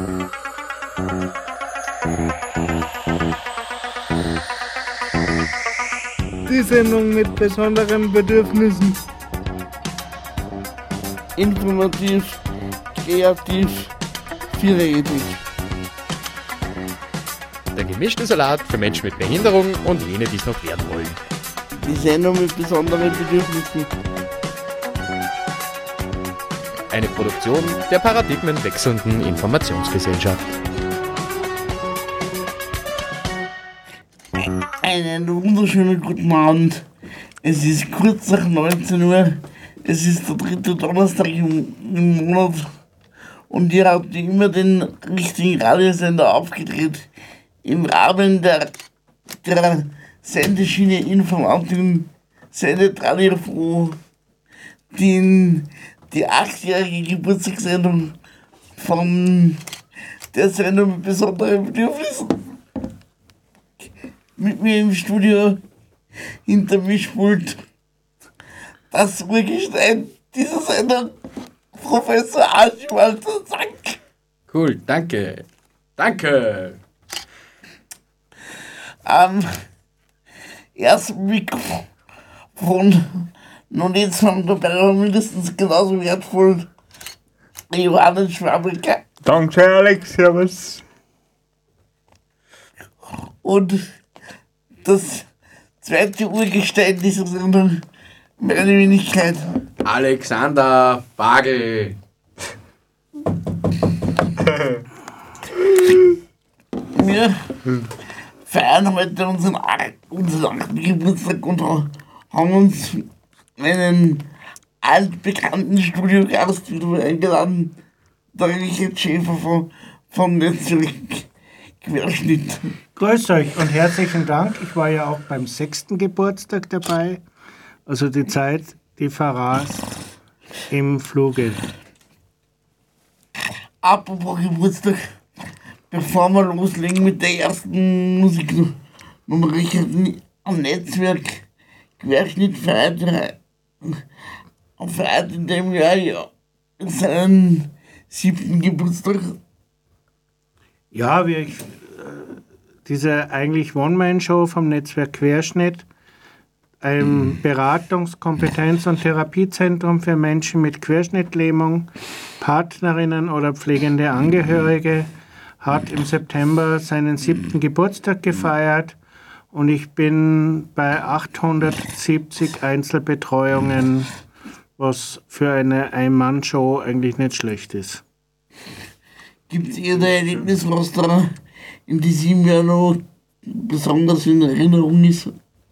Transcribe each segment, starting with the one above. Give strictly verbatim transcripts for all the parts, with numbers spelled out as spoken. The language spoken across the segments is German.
Die Sendung mit besonderen Bedürfnissen. Informativ, kreativ, vielredig. Der gemischte Salat für Menschen mit Behinderung und jene, die es noch werden wollen. Die Sendung mit besonderen Bedürfnissen. Eine Produktion der paradigmenwechselnden Informationsgesellschaft. Einen wunderschönen guten Abend. Es ist kurz nach neunzehn Uhr. Es ist der dritte Donnerstag im, im Monat. Und ihr habt wie immer den richtigen Radiosender aufgedreht. Im Rahmen der, der Sendeschiene Informatik sendet Radio Froh die, die achtjährige Geburtstagssendung von der Sendung mit besonderen Bedürfnissen. Mit mir im Studio hinter Mischpult das Urgestein dieser Sendung, Professor Archibald Sank. Cool, danke. Danke. Am ersten Mikrofon noch nicht so lange dabei, aber mindestens genauso wertvoll. Johannes Schwabecker. Danke, Alex, servus. Und das zweite Urgestein dieser Sendung, meine Wenigkeit. Alexander Bagel. Wir feiern heute unseren, unseren achten Geburtstag und haben uns einen altbekannten Studiogast wieder eingeladen, der Richard Schäfer von, vom Netzwerk Querschnitt. Grüß euch und herzlichen Dank. Ich war ja auch beim sechsten Geburtstag dabei. Also die Zeit, die verrast im Fluge. Apropos Geburtstag, bevor wir loslegen mit der ersten Musik, noch Richard am Netzwerk Querschnitt feiert, feiert in dem Jahr ja seinen siebten Geburtstag. Ja, wir, äh, diese eigentlich One-Man-Show vom Netzwerk Querschnitt, ein Beratungs-, Kompetenz- und Therapiezentrum für Menschen mit Querschnittlähmung, Partnerinnen oder pflegende Angehörige, hat im September seinen siebten Geburtstag gefeiert und ich bin bei achthundertsiebzig Einzelbetreuungen, was für eine Ein-Mann-Show eigentlich nicht schlecht ist. Gibt es irgendein Erlebnis, was da in die sieben Jahren noch besonders in Erinnerung ist?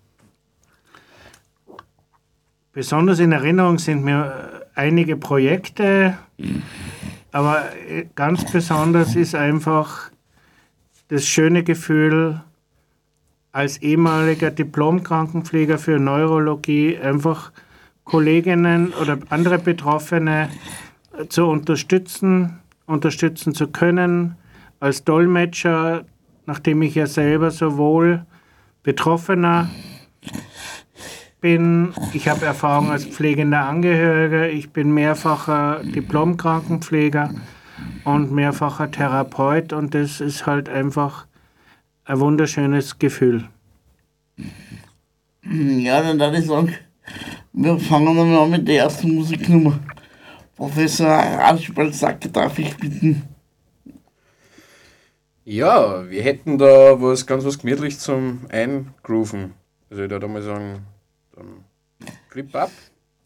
Besonders in Erinnerung sind mir einige Projekte, aber ganz besonders ist einfach das schöne Gefühl, als ehemaliger Diplom-Krankenpfleger für Neurologie einfach Kolleginnen oder andere Betroffene zu unterstützen, unterstützen zu können, als Dolmetscher, nachdem ich ja selber sowohl Betroffener bin, ich habe Erfahrung als pflegender Angehöriger, ich bin mehrfacher Diplom-Krankenpfleger und mehrfacher Therapeut und das ist halt einfach ein wunderschönes Gefühl. Ja, dann würde ich sagen, wir fangen dann an mit der ersten Musiknummer. Professor Archibald Sank, darf ich bitten? Ja, wir hätten da was ganz was gemütlich zum Eingrooven. Also ich würde da mal sagen, dann Clip ab.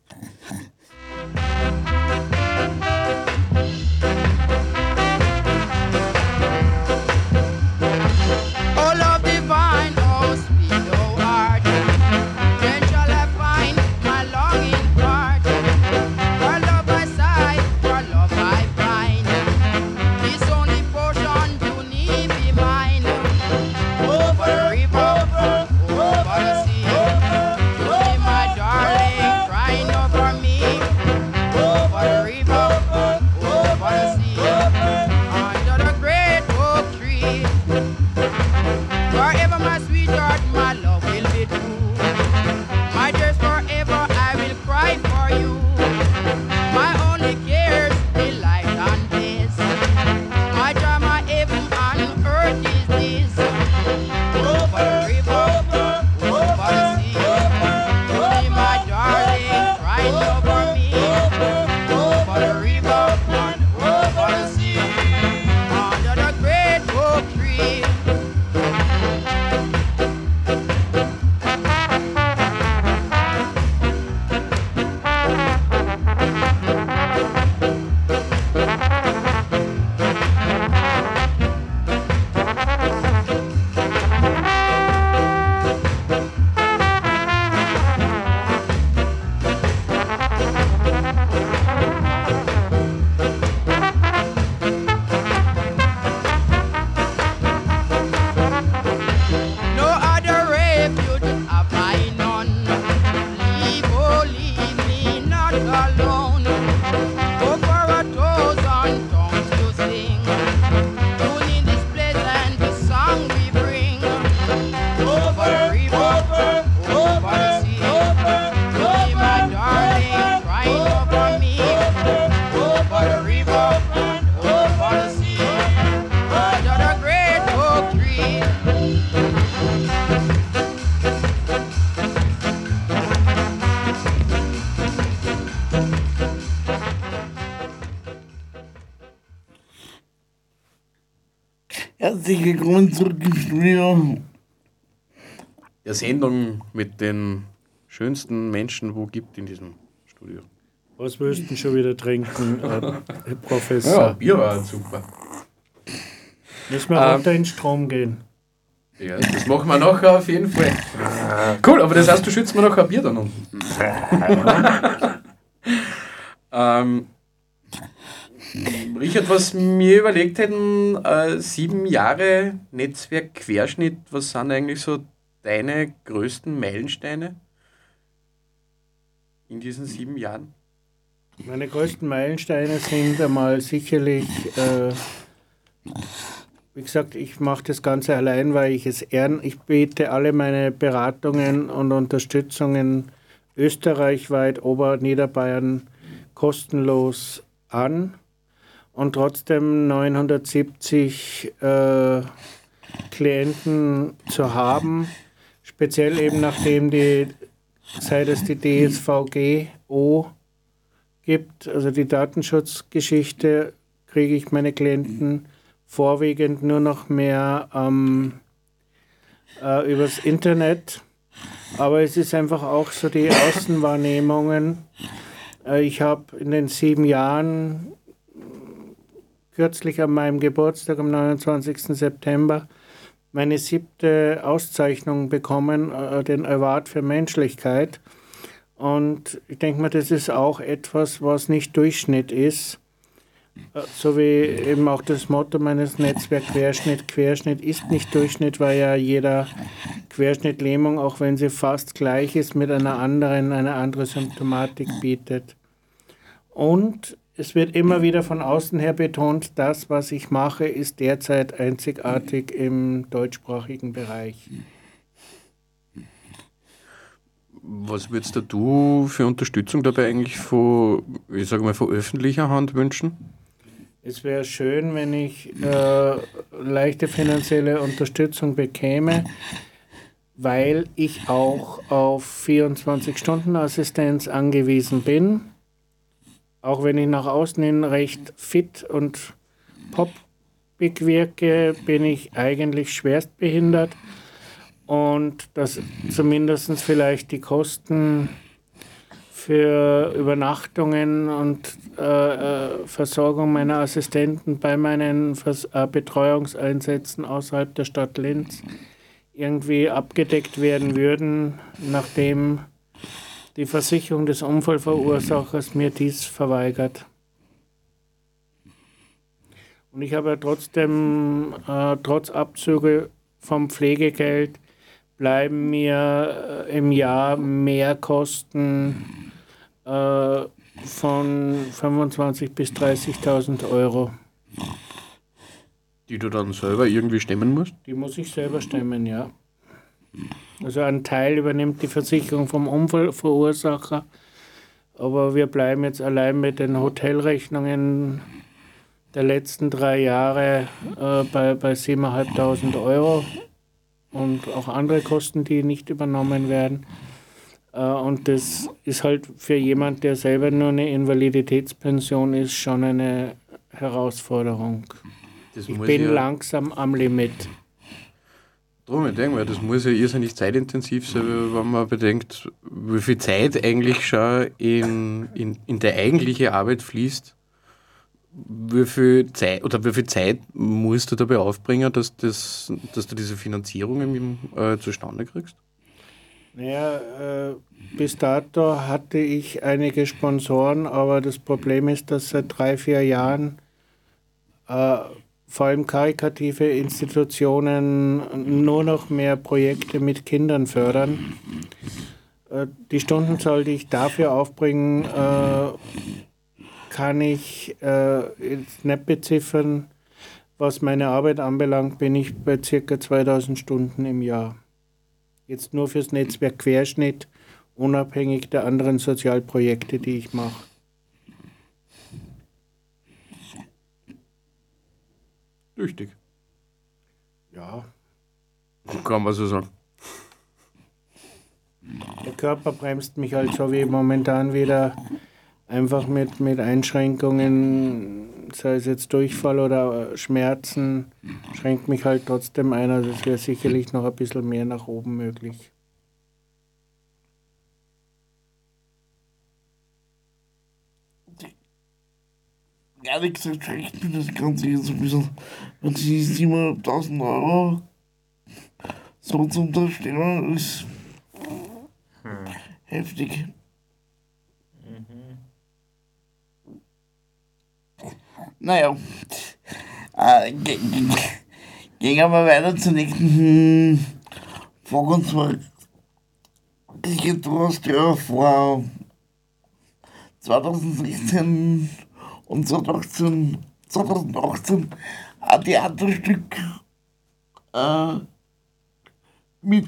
All of divine, oh sweet, oh heart, then shall I find my longing part. For love I sigh, for love I find, this only portion to need be mine. Over the river, over the sea, you be my darling, crying over me. Herzlich willkommen zurück im Studio. Der Sendung mit den schönsten Menschen, wo gibt in diesem Studio. Was willst du denn schon wieder trinken, äh, Herr Ja, Professor? Bier war super. Müssen wir Ähm, runter in den Strom gehen? Ja, das machen wir nachher auf jeden Fall. Cool, aber das heißt, du schützt mir noch ein Bier dann unten. ähm, Richard, was wir überlegt hätten, äh, sieben Jahre Netzwerk Querschnitt, was sind eigentlich so deine größten Meilensteine in diesen sieben Jahren? Meine größten Meilensteine sind einmal sicherlich, äh, wie gesagt, ich mache das Ganze allein, weil ich es ehren. Ich biete alle meine Beratungen und Unterstützungen österreichweit, Oberniederbayern kostenlos an und trotzdem neunhundertsiebzig äh, Klienten zu haben, speziell eben nachdem die, seit es die D S V G O gibt, also die Datenschutzgeschichte, kriege ich meine Klienten vorwiegend nur noch mehr ähm, äh, übers Internet. Aber es ist einfach auch so die Außenwahrnehmungen. Äh, ich habe in den sieben Jahren kürzlich an meinem Geburtstag am neunundzwanzigsten September meine siebte Auszeichnung bekommen, äh, den Award für Menschlichkeit. Und ich denke mal, das ist auch etwas, was nicht Durchschnitt ist. Äh, so wie eben auch das Motto meines Netzwerks Querschnitt. Querschnitt ist nicht Durchschnitt, weil ja jeder Querschnittlähmung, auch wenn sie fast gleich ist, mit einer anderen, eine andere Symptomatik bietet. Und es wird immer wieder von außen her betont, das, was ich mache, ist derzeit einzigartig im deutschsprachigen Bereich. Was würdest du für Unterstützung dabei eigentlich von, ich sage mal, von öffentlicher Hand wünschen? Es wäre schön, wenn ich äh, leichte finanzielle Unterstützung bekäme, weil ich auch auf vierundzwanzig-Stunden-Assistenz angewiesen bin. Auch wenn ich nach außen hin recht fit und poppig wirke, bin ich eigentlich schwerstbehindert. Und dass zumindest vielleicht die Kosten für Übernachtungen und äh, äh, Versorgung meiner Assistenten bei meinen Vers äh, Betreuungseinsätzen außerhalb der Stadt Linz irgendwie abgedeckt werden würden, nachdem die Versicherung des Unfallverursachers mir dies verweigert. Und ich habe ja trotzdem, äh, trotz Abzüge vom Pflegegeld, bleiben mir äh, im Jahr Mehrkosten äh, von fünfundzwanzigtausend bis dreißigtausend Euro. Die du dann selber irgendwie stemmen musst? Die muss ich selber stemmen, ja. Also ein Teil übernimmt die Versicherung vom Unfallverursacher, aber wir bleiben jetzt allein mit den Hotelrechnungen der letzten drei Jahre äh, bei, bei siebentausendfünfhundert Euro und auch andere Kosten, die nicht übernommen werden. Äh, und das ist halt für jemand, der selber nur eine Invaliditätspension ist, schon eine Herausforderung. Das Ich muss bin ja, langsam am Limit. Darum, ich denke mal, das muss ja irrsinnig zeitintensiv sein, wenn man bedenkt, wie viel Zeit eigentlich schon in, in, in der eigentliche Arbeit fließt. Wie viel Zeit oder wie viel Zeit musst du dabei aufbringen, dass, das, dass du diese Finanzierung im, äh, zustande kriegst? Naja, äh, bis dato hatte ich einige Sponsoren, aber das Problem ist, dass seit drei, vier Jahren äh, vor allem karitative Institutionen nur noch mehr Projekte mit Kindern fördern. Äh, die Stundenzahl, die ich dafür aufbringen, äh, kann ich äh, jetzt nicht beziffern. Was meine Arbeit anbelangt, bin ich bei ca. zweitausend Stunden im Jahr. Jetzt nur fürs Netzwerk Querschnitt, unabhängig der anderen Sozialprojekte, die ich mache. Richtig. Ja. Kann man so sagen. Der Körper bremst mich halt so wie momentan wieder einfach mit, mit Einschränkungen sei es jetzt Durchfall oder Schmerzen, schränkt mich halt trotzdem ein. Also es wäre sicherlich noch ein bisschen mehr nach oben möglich. Ehrlich gesagt, schreckt mir das Ganze jetzt ein bisschen, wenn sie siebenhunderttausend Euro so zu unterstellen, ist hm. heftig. Mhm. Naja, äh, gehen wir weiter zur nächsten hm, Frage, und zwar, du hast ja vor zweitausendsechzehn und zweitausendachtzehn, zweitausendachtzehn ein Theaterstück äh, mit,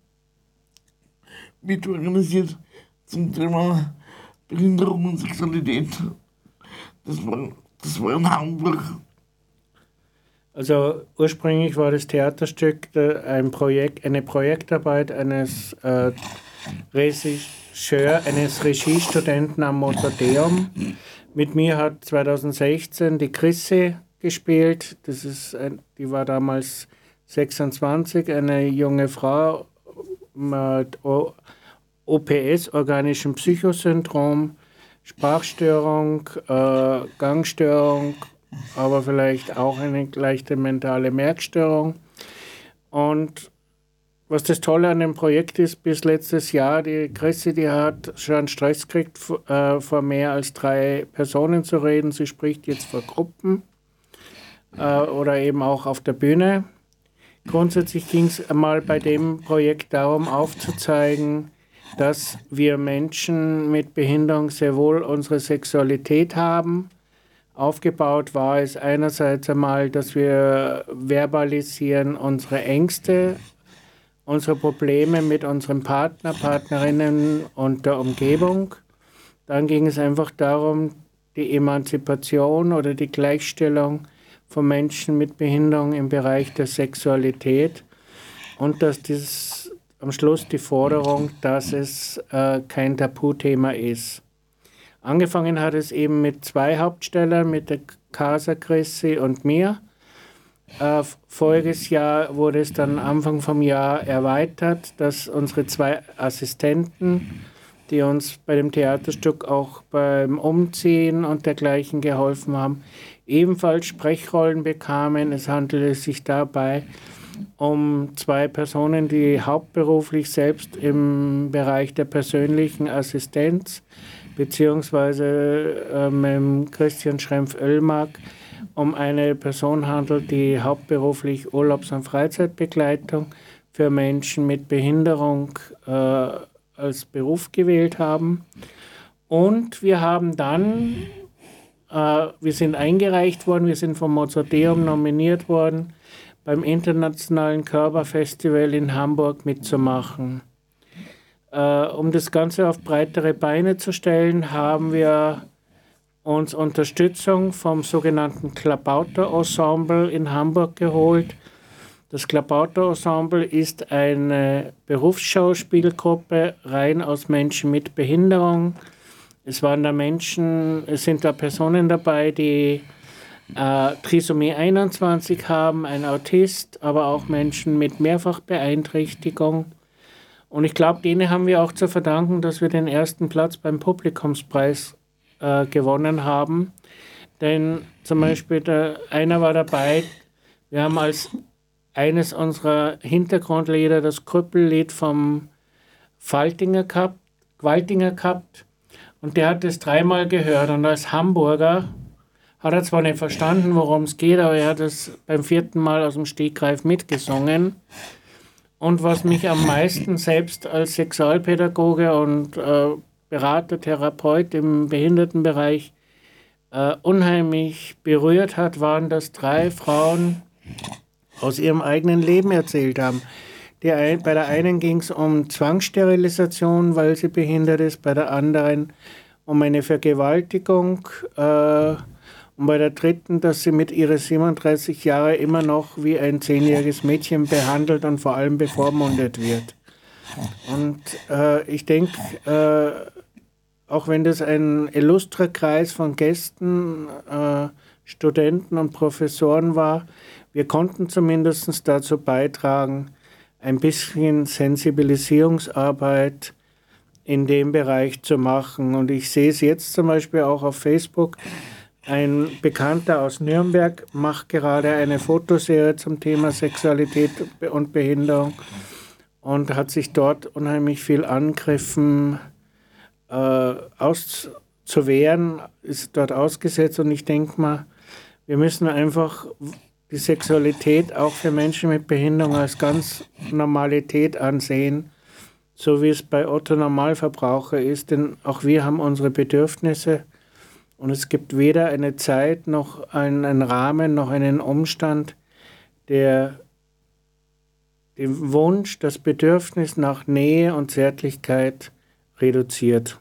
mit organisiert zum Thema Behinderung und Sexualität. Das war, das war in Hamburg. Also ursprünglich war das Theaterstück ein Projekt, eine Projektarbeit eines äh, Regisseur, eines Regiestudenten am Mozarteum. Mit mir hat zweitausendsechzehn die Chrissy gespielt. Das ist ein, die war damals sechsundzwanzig, eine junge Frau mit O P S, organischem Psychosyndrom, Sprachstörung, äh, Gangstörung, aber vielleicht auch eine leichte mentale Merkstörung. Und was das Tolle an dem Projekt ist, bis letztes Jahr, die Chrissy, die hat schon Stress gekriegt, äh, vor mehr als drei Personen zu reden. Sie spricht jetzt vor Gruppen äh, oder eben auch auf der Bühne. Grundsätzlich ging es einmal bei dem Projekt darum, aufzuzeigen, dass wir Menschen mit Behinderung sehr wohl unsere Sexualität haben. Aufgebaut war es einerseits einmal, dass wir verbalisieren unsere Ängste, unsere Probleme mit unserem Partner, Partnerinnen und der Umgebung. Dann ging es einfach darum, die Emanzipation oder die Gleichstellung von Menschen mit Behinderung im Bereich der Sexualität und dass das am Schluss die Forderung, dass es äh, kein Tabuthema ist. Angefangen hat es eben mit zwei Hauptstellern, mit der Casa Chrissy und mir. Äh, voriges Jahr wurde es dann Anfang vom Jahr erweitert, dass unsere zwei Assistenten, die uns bei dem Theaterstück auch beim Umziehen und dergleichen geholfen haben, ebenfalls Sprechrollen bekamen. Es handelte sich dabei um zwei Personen, die hauptberuflich selbst im Bereich der persönlichen Assistenz beziehungsweise äh, mit Christian Schrempf-Oellmark um eine Person handelt, die hauptberuflich Urlaubs- und Freizeitbegleitung für Menschen mit Behinderung äh, als Beruf gewählt haben. Und wir haben dann, äh, wir sind eingereicht worden, wir sind vom Mozarteum nominiert worden, beim Internationalen Körperfestival in Hamburg mitzumachen. Äh, um das Ganze auf breitere Beine zu stellen, haben wir uns Unterstützung vom sogenannten Klabauter-Ensemble in Hamburg geholt. Das Klabauter-Ensemble ist eine Berufsschauspielgruppe rein aus Menschen mit Behinderung. Es waren da Menschen, es sind da Personen dabei, die äh, Trisomie einundzwanzig haben, ein Autist, aber auch Menschen mit Mehrfachbeeinträchtigung. Und ich glaube, denen haben wir auch zu verdanken, dass wir den ersten Platz beim Publikumspreis äh, gewonnen haben. Denn zum Beispiel der, einer war dabei, wir haben als eines unserer Hintergrundlieder das Krüppellied vom Faltinger gehabt, Gwaltinger gehabt. Und der hat das dreimal gehört. Und als Hamburger hat er zwar nicht verstanden, worum es geht, aber er hat es beim vierten Mal aus dem Stegreif mitgesungen. Und was mich am meisten selbst als Sexualpädagoge und äh, Berater, Therapeut im Behindertenbereich äh, unheimlich berührt hat, waren, dass drei Frauen aus ihrem eigenen Leben erzählt haben. Die ein, bei der einen ging es um Zwangssterilisation, weil sie behindert ist, bei der anderen um eine Vergewaltigung äh, und bei der dritten, dass sie mit ihren siebenunddreißig Jahren immer noch wie ein zehnjähriges Mädchen behandelt und vor allem bevormundet wird. Und äh, ich denke, äh, auch wenn das ein illustrer Kreis von Gästen äh, Studenten und Professoren war. Wir konnten zumindest dazu beitragen, ein bisschen Sensibilisierungsarbeit in dem Bereich zu machen. Und ich sehe es jetzt zum Beispiel auch auf Facebook. Ein Bekannter aus Nürnberg macht gerade eine Fotoserie zum Thema Sexualität und Behinderung und hat sich dort unheimlich viel Angriffen äh, auszuwehren, ist dort ausgesetzt. Und ich denke mal, wir müssen einfach die Sexualität auch für Menschen mit Behinderung als ganz Normalität ansehen, so wie es bei Otto Normalverbraucher ist, denn auch wir haben unsere Bedürfnisse und es gibt weder eine Zeit noch einen Rahmen noch einen Umstand, der den Wunsch, das Bedürfnis nach Nähe und Zärtlichkeit reduziert.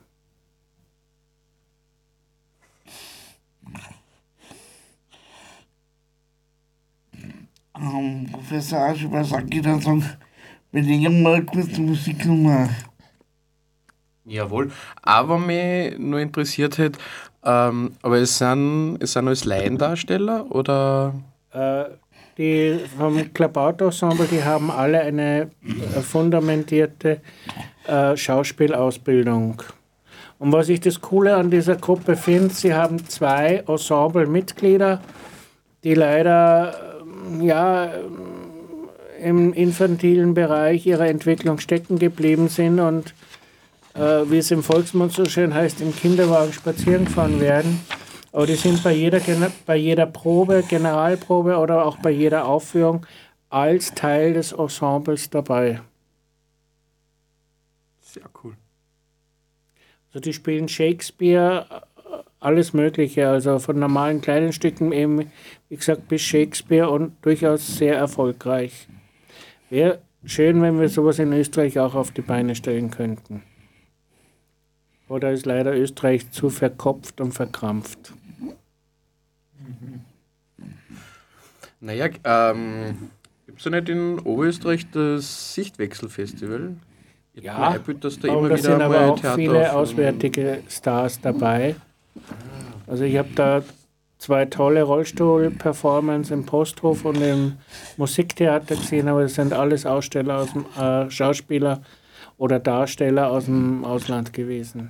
Ähm, Professor Asch, was sagt ihr dazu? Wir legen mal kurz die Musik nochmal. Jawohl. Aber mich nur interessiert hat, ähm, aber es sind, es sind alles Laiendarsteller oder? Äh, die vom Klabaut-Ensemble, die haben alle eine äh, fundamentierte äh, Schauspielausbildung. Und was ich das Coole an dieser Gruppe finde, sie haben zwei Ensemble-Mitglieder, die leider äh, ja, im infantilen Bereich ihrer Entwicklung stecken geblieben sind und äh, wie es im Volksmund so schön heißt, im Kinderwagen spazieren gefahren werden. Aber die sind bei jeder, bei jeder Probe, Generalprobe oder auch bei jeder Aufführung als Teil des Ensembles dabei. Sehr cool. Also die spielen Shakespeare, alles Mögliche, also von normalen kleinen Stücken eben, wie gesagt, bis Shakespeare und durchaus sehr erfolgreich. Wäre schön, wenn wir sowas in Österreich auch auf die Beine stellen könnten. Oder ist leider Österreich zu verkopft und verkrampft? Naja, ähm, gibt es ja nicht in Oberösterreich das Sichtwechselfestival? Ja, Einbild, dass da aber immer da wieder sind aber mal auch Theater viele auf- auswärtige Stars dabei. Also ich habe da zwei tolle Rollstuhl-Performances im Posthof und im Musiktheater gesehen, aber das sind alles Aussteller aus dem, äh, Schauspieler oder Darsteller aus dem Ausland gewesen.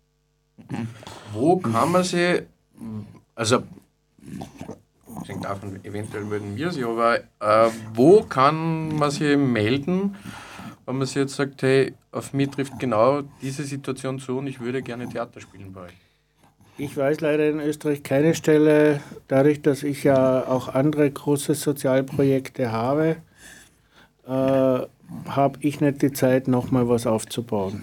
Wo kann man sie, also, abgesehen davon, eventuell würden wir sie, aber äh, wo kann man sie melden, wenn man sich jetzt sagt, hey, auf mich trifft genau diese Situation zu und ich würde gerne Theater spielen bei euch? Ich weiß leider in Österreich keine Stelle, dadurch, dass ich ja auch andere große Sozialprojekte habe, äh, habe ich nicht die Zeit, nochmal was aufzubauen.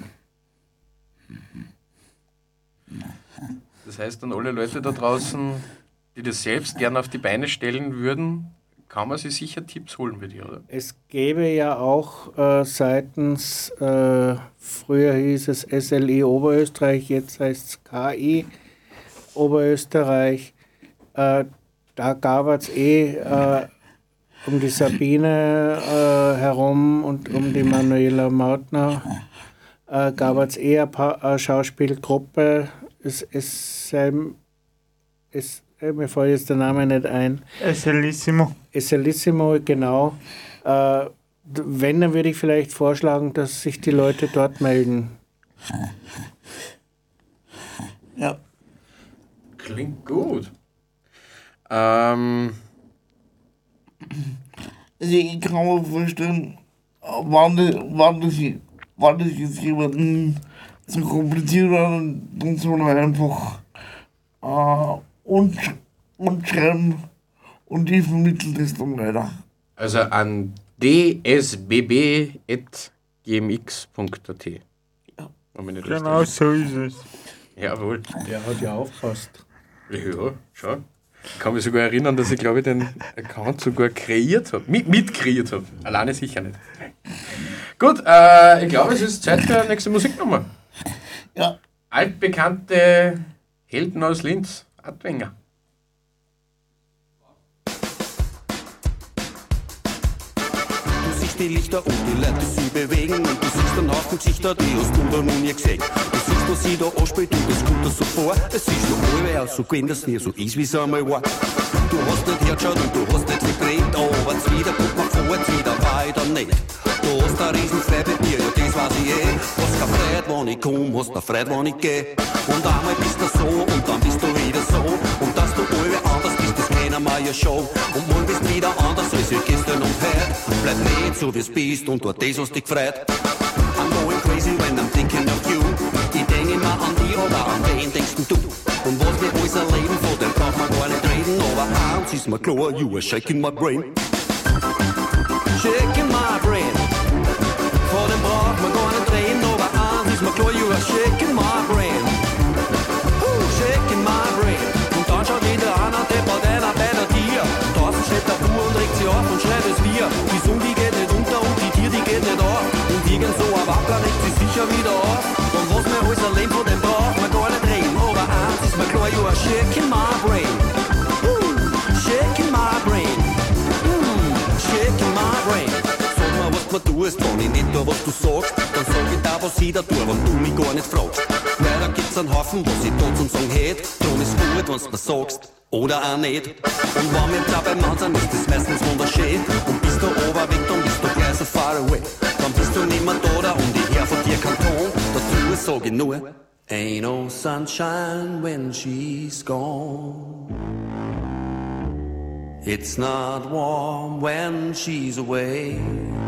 Das heißt, an alle Leute da draußen, die das selbst gerne auf die Beine stellen würden, kann man sich sicher Tipps holen bei dir, oder? Es gäbe ja auch äh, seitens, äh, früher hieß es S L I Oberösterreich, jetzt heißt es K I Oberösterreich, äh, da gab es eh äh, um die Sabine äh, herum und um die Manuela Mautner, äh, gab es eh eine, Pa- eine Schauspielgruppe, es, es, ähm, es, äh, mir fällt jetzt der Name nicht ein. Esselissimo. Esselissimo, genau. Äh, d- wenn, dann würde ich vielleicht vorschlagen, dass sich die Leute dort melden. Ja. Klingt gut. Ähm, Also ich kann mir vorstellen, wann das, wann das, wann das jetzt jemanden zu kompliziert war, dann soll er einfach äh, und, und schreiben und ich vermittle das dann weiter. also an d s b b at g m x punkt a t. Ja. Wenn mich nicht Genau alles so ist es. täuscht. Jawohl. Der hat ja aufgepasst. Ja, schau. Ich kann mich sogar erinnern, dass ich, glaube ich, den Account sogar kreiert habe. Mit, mitkreiert habe. Alleine sicher nicht. Gut, äh, ich glaube, es ist Zeit für die nächste Musiknummer. Ja. Altbekannte Helden aus Linz, Adwenger. Du siehst die Lichter und die Leute sich bewegen und du siehst einen Haufen Gesichter, die hast du da noch nie gesehen. Du siehst das, was sie da anspielt, und das kommt das so vor. Es ist noch allweil auch so gewesen, dass es nie so ist, wie es einmal war. Du hast nicht hergeschaut und du hast nicht verdreht, aber zuwider guck mal vor, zuwider weiter nicht. Du hast ein riesen Freude bei mir, ja das weiß ich eh. Hast keine Freude, wenn ich komm, hast keine Freude, wenn ich geh. Und einmal bist du so und dann bist du wieder so. Und dass du allweil anders bist, das kennen wir ja schon. Und morgen bist wieder anders als wie gestern und heute. Bleib nicht so wie es bist und tu das, was dich freut. I'm going crazy when I'm thinking of you. Ich denk immer an die, aber an wen denkst denn du? Und was wir alles erleben, von dem braucht man gar nicht reden. Aber eins ist mir klar, you are shaking my brain. Shaking my brain. Von dem braucht man gar nicht reden. Aber eins ist mir klar, you are shaking my brain. Uh, shaking my brain. Und dann schaut wieder einer, der baut einer bei der Tier. Draußen steht der Bub und regt sich auf und schreit es wir. Die Sonne, die geht nicht unter und die Tier, die geht nicht auf. Und irgend so ein Wackler regt sich sicher wieder auf. Und was wir alles erleben, von dem braucht man gar nicht reden. Aber eins ist mir klar, you are shaking my brain. Uh, shaking my brain. Mm, shaking my brain. Sag mir, was du tust, wenn ich nicht da, was du sagst. Dann sag ich da, was ich da tue, wenn du mich gar nicht fragst. Weil da gibt's einen Haufen, was ich tot und sagen hätt. Drum ist gut, wenn's mir sagst. Oder auch nicht. Und wenn wir da beim Mann sind, ist das meistens wunderschön. Und bist du ober weg, dann bist du gleich so far away. Dann bist du nimmer da, da und ich hör von dir kein Ton. Dazu sag ich nur, ain't no sunshine when she's gone. It's not warm when she's away.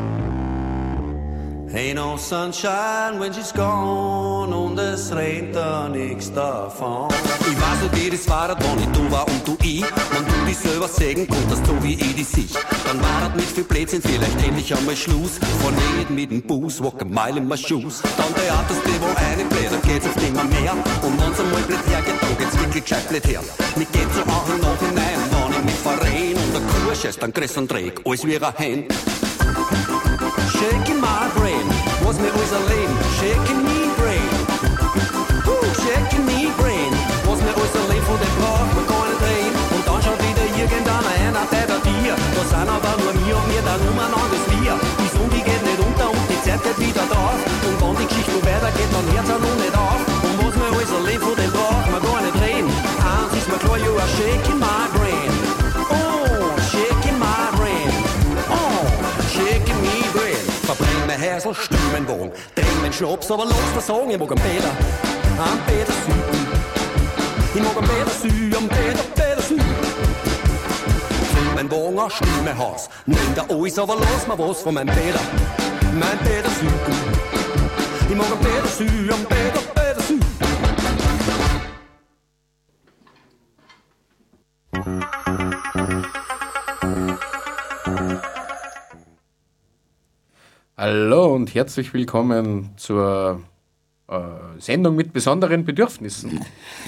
Ain't no sunshine when she's gone. Und es regnet da nix davon. Ich weiß nicht, wie das war, wenn ich du war und du ich. Wenn du dich selber sägen konntest, so wie ich dich sich. Dann war das nicht viel Blödsinn, vielleicht endlich einmal Schluss. Von nicht mit dem Bus, walk a mile in my shoes. Dann theaterst du, wo eine bläht, dann geht's auf nimmer mehr. Und wenn's einmal blöd hergeht, dann geht's wirklich gescheit blöd her. Mir geht's so auch im Nachhinein, wenn ich mich verrehn. Und der Kuh scheißt dann größer und träg, alles wie ihre Hand. Shaking my brain, was mir alles erleben. Shaking me brain, uh, shaking me brain, was mir alles erleben, von dem braucht man gar nicht reden. Und dann schaut wieder irgendeiner einer bei der Tier. Da sind aber nur mir und mir dann umeinander wir. Die Sonne, die geht nicht unter und die Zeit geht wieder drauf. Und wenn die Geschichte noch weitergeht, dann hört's auch noch nicht auf. Und was mir alles erleben, von dem braucht man gar nicht reden. Eins ist mir klar, you are shaking my brain. Oh, shaking my brain. Oh, shaking me brain. Verbrenn mein Häsl, still mein Wagen, dreh mein Schnaps, aber lass mir sagen, ich mag am Peter, am Peter Süden. Ich mag am Peter Süden, am Peter, Peter Süden. Fill mein Wagen an, still mein Haus, nimm da alles, aber lass mir was von meinem Peter, mein Peter Süden. Ich mag am Peter Süden, am Peter, Peter Süden. Hallo und herzlich willkommen zur äh, Sendung mit besonderen Bedürfnissen.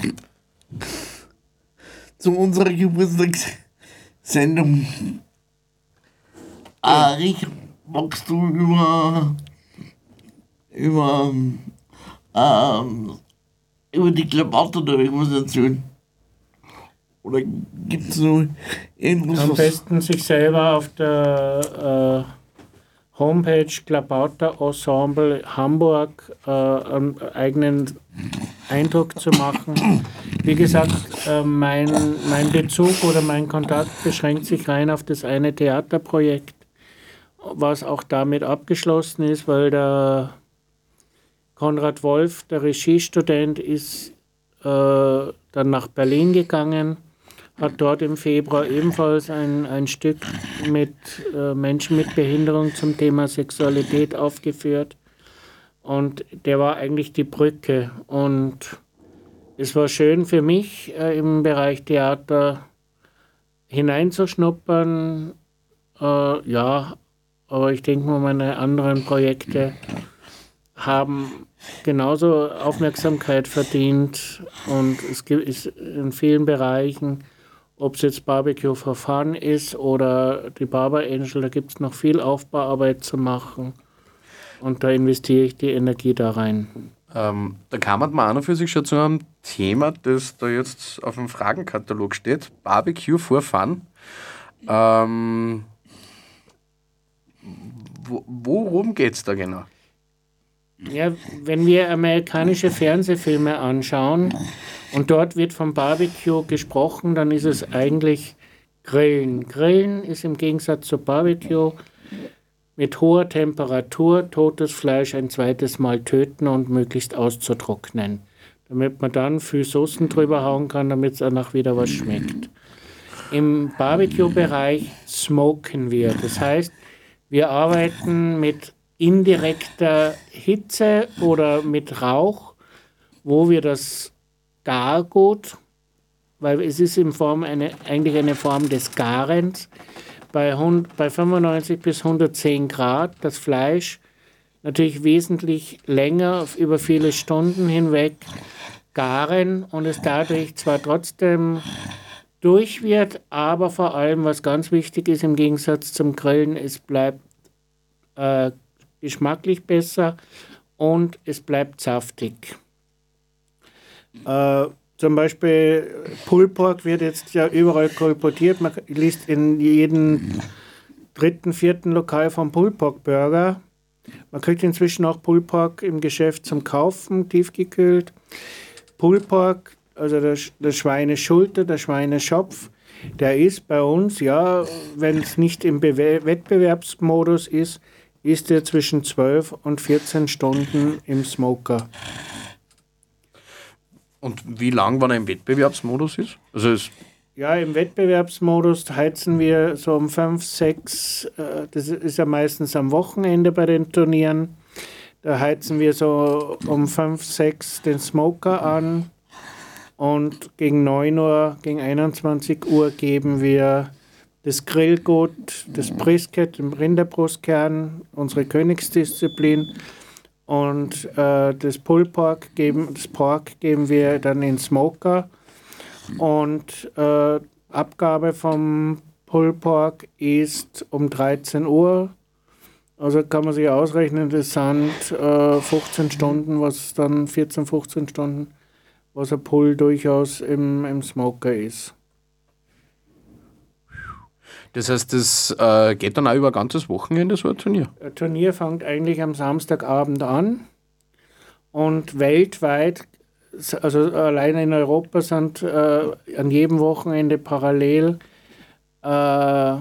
Zu unserer Geburtstagssendung. Ah, Riech, magst du über, über, ähm, über die Klabater da irgendwas erzählen? Oder gibt es noch irgendwas? Am was- besten sich selber auf der äh, Homepage Klabauter Ensemble Hamburg äh, einen eigenen Eindruck zu machen. Wie gesagt, äh, mein, mein Bezug oder mein Kontakt beschränkt sich rein auf das eine Theaterprojekt, was auch damit abgeschlossen ist, weil der Konrad Wolf, der Regiestudent, ist äh, dann nach Berlin gegangen, hat dort im Februar ebenfalls ein, ein Stück mit äh, Menschen mit Behinderung zum Thema Sexualität aufgeführt. Und der war eigentlich die Brücke. Und es war schön für mich, äh, im Bereich Theater hineinzuschnuppern. Äh, ja, aber ich denke mal, meine anderen Projekte haben genauso Aufmerksamkeit verdient. Und es gibt ist in vielen Bereichen, ob es jetzt Barbecue for Fun ist oder die Barber Angel, da gibt es noch viel Aufbauarbeit zu machen. Und da investiere ich die Energie da rein. Ähm, da kam man auch noch für sich schon zu einem Thema, das da jetzt auf dem Fragenkatalog steht. Barbecue for Fun. Ähm, wo, worum geht es da genau? Ja, wenn wir amerikanische Fernsehfilme anschauen und dort wird vom Barbecue gesprochen, dann ist es eigentlich Grillen. Grillen ist im Gegensatz zu Barbecue mit hoher Temperatur totes Fleisch ein zweites Mal töten und möglichst auszutrocknen, damit man dann viel Soßen drüber hauen kann, damit es danach wieder was schmeckt. Im Barbecue-Bereich smoken wir. Das heißt, wir arbeiten mit indirekter Hitze oder mit Rauch, wo wir das Gargut, weil es ist in Form eine, eigentlich eine Form des Garens, bei, bei fünfundneunzig bis hundertzehn Grad das Fleisch natürlich wesentlich länger, über viele Stunden hinweg garen und es dadurch zwar trotzdem durch wird, aber vor allem, was ganz wichtig ist im Gegensatz zum Grillen, es bleibt äh, geschmacklich besser und es bleibt saftig. Äh, zum Beispiel Pulled Pork wird jetzt ja überall kolportiert. Man liest in jedem dritten, vierten Lokal vom Pulled Pork Burger. Man kriegt inzwischen auch Pulled Pork im Geschäft zum Kaufen, tiefgekühlt. Pulled Pork, also der, der Schweineschulter, der Schweineschopf, der ist bei uns, ja, wenn es nicht im Bewe- Wettbewerbsmodus ist, ist er zwischen zwölf und vierzehn Stunden im Smoker. Und wie lang, wann er im Wettbewerbsmodus ist? Also es Ja, im Wettbewerbsmodus heizen wir so um fünf, sechs, äh, das ist ja meistens am Wochenende bei den Turnieren, da heizen wir so um fünf, sechs den Smoker an und gegen neun Uhr, gegen einundzwanzig Uhr geben wir das Grillgut, das Brisket, den Rinderbrustkern, unsere Königsdisziplin. Und äh, das Pulled Pork geben, das Pork geben wir dann in Smoker. Und äh, Abgabe vom Pulled Pork ist um dreizehn Uhr. Also kann man sich ausrechnen, das sind äh, fünfzehn Stunden, was dann vierzehn, fünfzehn Stunden, was ein Pull durchaus im, im Smoker ist. Das heißt, das äh, geht dann auch über ein ganzes Wochenende, so ein Turnier? Ein Turnier fängt eigentlich am Samstagabend an und weltweit, also allein in Europa sind äh, an jedem Wochenende parallel äh,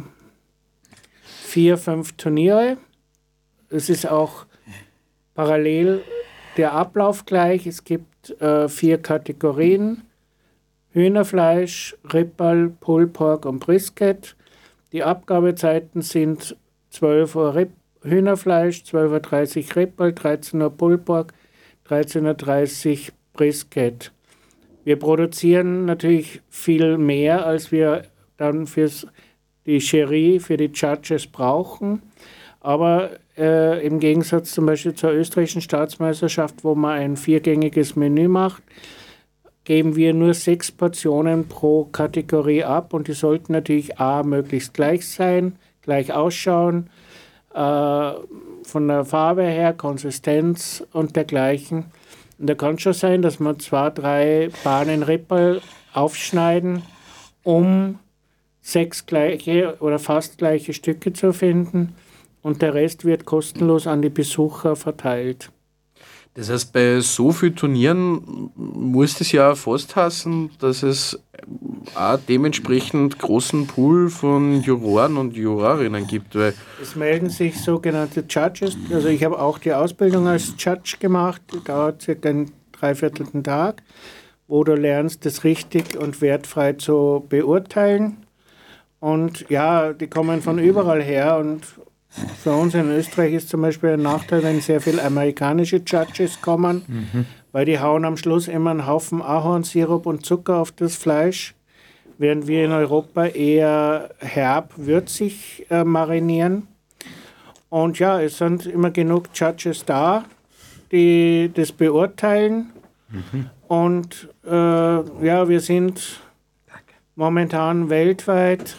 vier, fünf Turniere. Es ist auch parallel der Ablauf gleich. Es gibt äh, vier Kategorien: Hühnerfleisch, Ribberl, Pulled Pork und Brisket. Die Abgabezeiten sind zwölf Uhr Ripp, Hühnerfleisch, zwölf Uhr dreißig Ribberl, dreizehn Uhr Pulled Pork, dreizehn Uhr dreißig Brisket. Wir produzieren natürlich viel mehr, als wir dann für die Jury, für die Judges brauchen. Aber äh, im Gegensatz zum Beispiel zur österreichischen Staatsmeisterschaft, wo man ein viergängiges Menü macht, geben wir nur sechs Portionen pro Kategorie ab und die sollten natürlich a. möglichst gleich sein, gleich ausschauen, äh, von der Farbe her, Konsistenz und dergleichen. Und da kann es schon sein, dass wir zwei, drei Bahnen Ribberl aufschneiden, um sechs gleiche oder fast gleiche Stücke zu finden und der Rest wird kostenlos an die Besucher verteilt. Das heißt, bei so vielen Turnieren muss es ja fast heißen, dass es auch dementsprechend großen Pool von Juroren und Jurorinnen gibt. Weil es melden sich sogenannte Judges, also ich habe auch die Ausbildung als Judge gemacht, die dauert circa einen dreiviertelten Tag, wo du lernst, das richtig und wertfrei zu beurteilen. Und ja, die kommen von überall her und für uns in Österreich ist zum Beispiel ein Nachteil, wenn sehr viele amerikanische Judges kommen, mhm. weil die hauen am Schluss immer einen Haufen Ahornsirup und Zucker auf das Fleisch, während wir in Europa eher herb, würzig äh, marinieren. Und ja, es sind immer genug Judges da, die das beurteilen. Mhm. Und äh, ja, wir sind momentan weltweit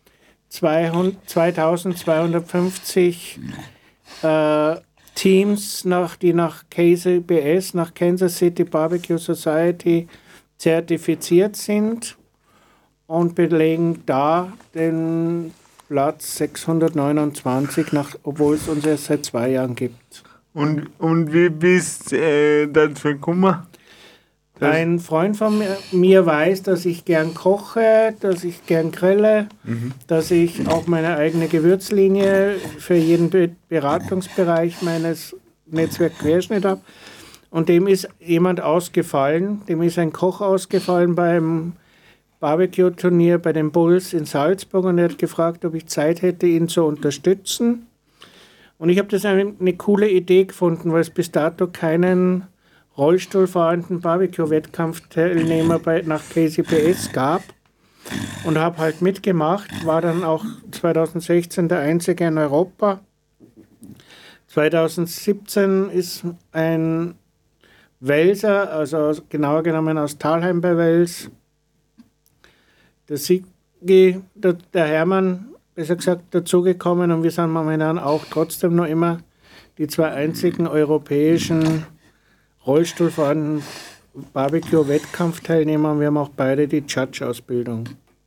zweitausendzweihundertfünfzig äh, Teams, nach, die nach K C B S, nach Kansas City Barbecue Society zertifiziert sind und belegen da den Platz sechshundertneunundzwanzig, nach, obwohl es uns erst seit zwei Jahren gibt. Und, und wie bist du äh, dazu gekommen? Ein Freund von mir, mir weiß, dass ich gern koche, dass ich gern grille, mhm. dass ich auch meine eigene Gewürzlinie für jeden Be- Beratungsbereich meines Netzwerk Querschnitt habe. Und dem ist jemand ausgefallen, dem ist ein Koch ausgefallen beim Barbecue-Turnier bei den Bulls in Salzburg und er hat gefragt, ob ich Zeit hätte, ihn zu unterstützen. Und ich habe das eine, eine coole Idee gefunden, weil es bis dato keinen rollstuhlfahrenden Barbecue-Wettkampfteilnehmer bei, nach K C P S gab und habe halt mitgemacht, war dann auch zwanzig sechzehn der Einzige in Europa. zwanzig siebzehn ist ein Welser, also genauer genommen aus Thalheim bei Wels, der Sigi, der, der Hermann, besser gesagt, dazugekommen und wir sind momentan auch trotzdem noch immer die zwei einzigen europäischen Rollstuhlfahrenden Barbecue-Wettkampfteilnehmer und wir haben auch beide die Judge-Ausbildung.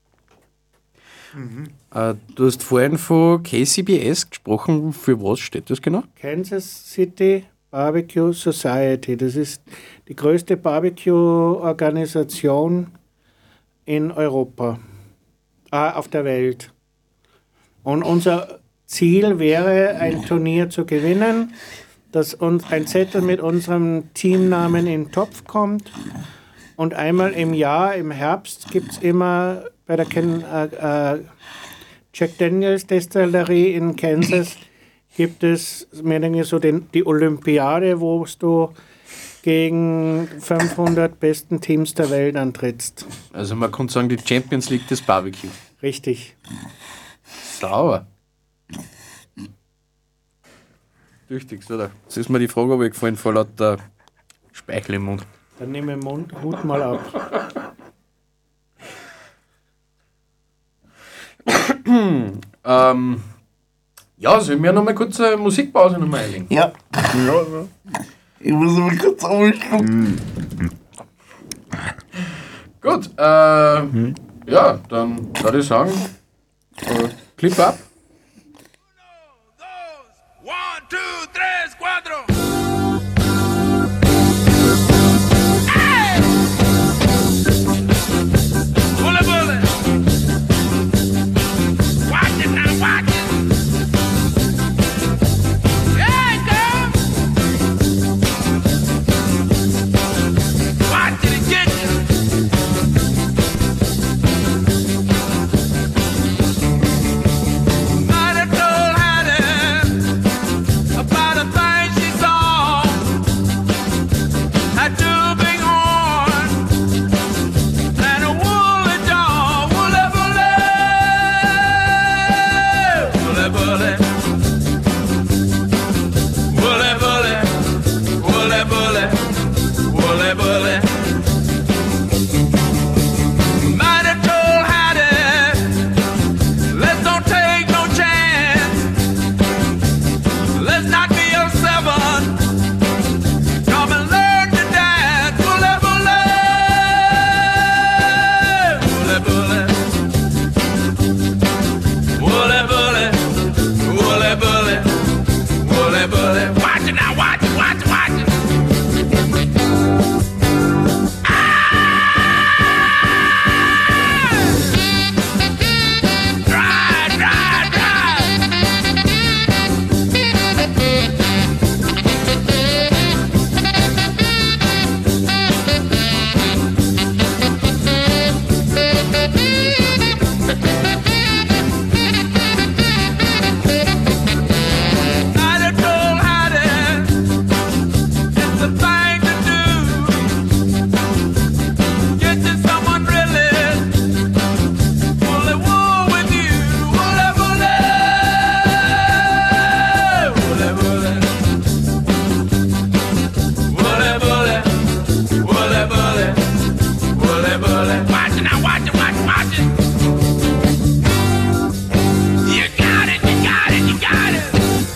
Mhm. Äh, du hast vorhin von K C B S gesprochen. Für was steht das genau? Kansas City Barbecue Society. Das ist die größte Barbecue-Organisation in Europa, äh, auf der Welt. Und unser Ziel wäre, ein Turnier zu gewinnen, dass uns ein Zettel mit unserem Teamnamen in den Topf kommt. Und einmal im Jahr, im Herbst, gibt es immer bei der Ken, äh, äh, Jack Daniels Destillerie in Kansas, gibt es mehr oder weniger so den, die Olympiade, wo du gegen fünfhundert besten Teams der Welt antrittst. Also man kann sagen, die Champions League des Barbecue. Richtig. Sauber. Tüchtigst, oder? Jetzt ist mir die Frage weggefallen vor lauter Speichel im Mund. Dann nehme ich den Mund, Hut mal ab. ähm, ja, sollen wir noch mal kurz eine Musikpause noch mal einlegen? Ja. Ja, ja. Ich muss mal kurz aufschlucken. Gut, äh, hm. ja, dann würde ich sagen, äh, Clip ab. One, two, tres, cuatro. Bullet, bullet. Watch it now, watch it. Yeah, girl. Watch it and get you. Might have told Hattie about a thing she saw. Had two big horns and a woolly jaw. Woolly, bully. Woolly, bully. Woolly, bully. Woolly, bully. Woolly, bully. Might have told Hattie, let's don't take no chance. Let's knock me a seven. Come and learn to dance. Bully, bully. Bully, bully. Bully, bully. Bully, bully. Bully, bully. Watch it now, watch it, watch it, watch it. Dry, dry, dry. I'd have told Hattie it's the thing to do. Get you someone really bully wool with you. Bully, bully. Bully, bully. Bully, bully. Bully, bully. Bully, bully. Watch it now, watch it, watch it, watch it. You got it, you got it, you got it.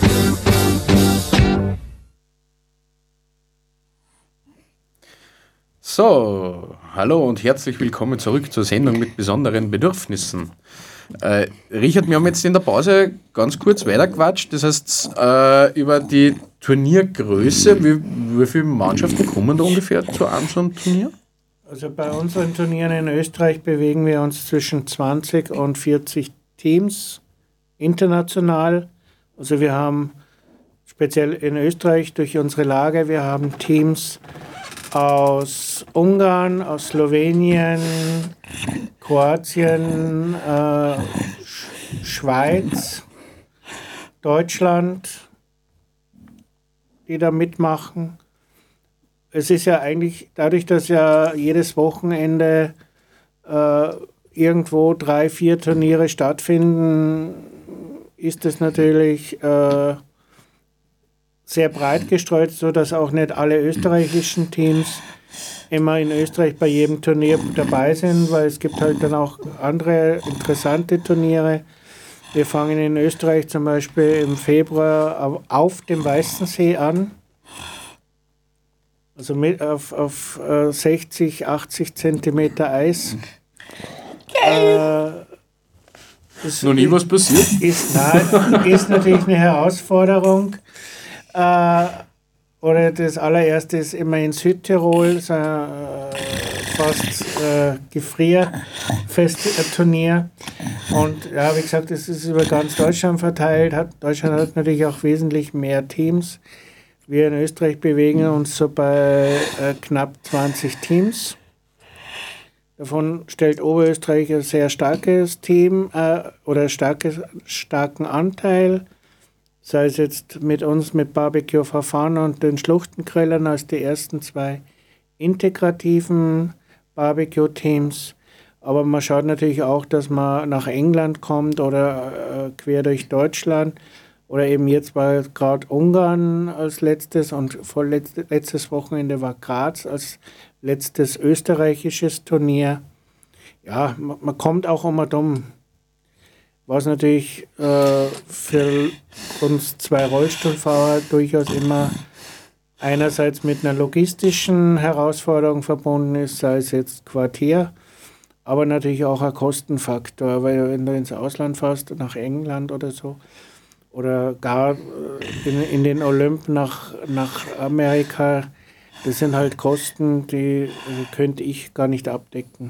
So, hallo und herzlich willkommen zurück zur Sendung mit besonderen Bedürfnissen. Äh, Richard, wir haben jetzt in der Pause ganz kurz weitergequatscht, das heißt äh, über die Turniergröße, wie, wie viele Mannschaften kommen da ungefähr zu einem so einem Turnier? Also bei unseren Turnieren in Österreich bewegen wir uns zwischen zwanzig und vierzig Teams international. Also wir haben speziell in Österreich durch unsere Lage, wir haben Teams aus Ungarn, aus Slowenien, Kroatien, äh, Schweiz, Deutschland, die da mitmachen. Es ist ja eigentlich, dadurch, dass ja jedes Wochenende äh, irgendwo drei, vier Turniere stattfinden, ist es natürlich äh, sehr breit gestreut, sodass auch nicht alle österreichischen Teams immer in Österreich bei jedem Turnier dabei sind, weil es gibt halt dann auch andere interessante Turniere. Wir fangen in Österreich zum Beispiel im Februar auf dem Weißensee an. Also mit auf, auf äh, sechzig, achtzig Zentimeter Eis. Äh, ist noch nie was passiert? Ist, nein, ist natürlich eine Herausforderung. Äh, oder das allererste ist immer in Südtirol, so, äh, fast äh, gefrierfest Turnier. Und ja, wie gesagt, es ist über ganz Deutschland verteilt. Hat, Deutschland hat natürlich auch wesentlich mehr Teams. Wir in Österreich bewegen uns so bei äh, knapp zwanzig Teams. Davon stellt Oberösterreich ein sehr starkes Team äh, oder starkes, starken Anteil. Sei es jetzt mit uns, mit Barbecue Verfahren und den Schluchtengrillern als die ersten zwei integrativen Barbecue-Teams. Aber man schaut natürlich auch, dass man nach England kommt oder äh, quer durch Deutschland. Oder eben jetzt war gerade Ungarn als letztes und vorletztes letztes Wochenende war Graz als letztes österreichisches Turnier. Ja, man, man kommt auch um und um. Was natürlich äh, für uns zwei Rollstuhlfahrer durchaus immer einerseits mit einer logistischen Herausforderung verbunden ist, sei es jetzt Quartier, aber natürlich auch ein Kostenfaktor, weil wenn du ins Ausland fährst, nach England oder so, oder gar in, in den Olymp nach, nach Amerika, das sind halt Kosten, die äh, könnte ich gar nicht abdecken.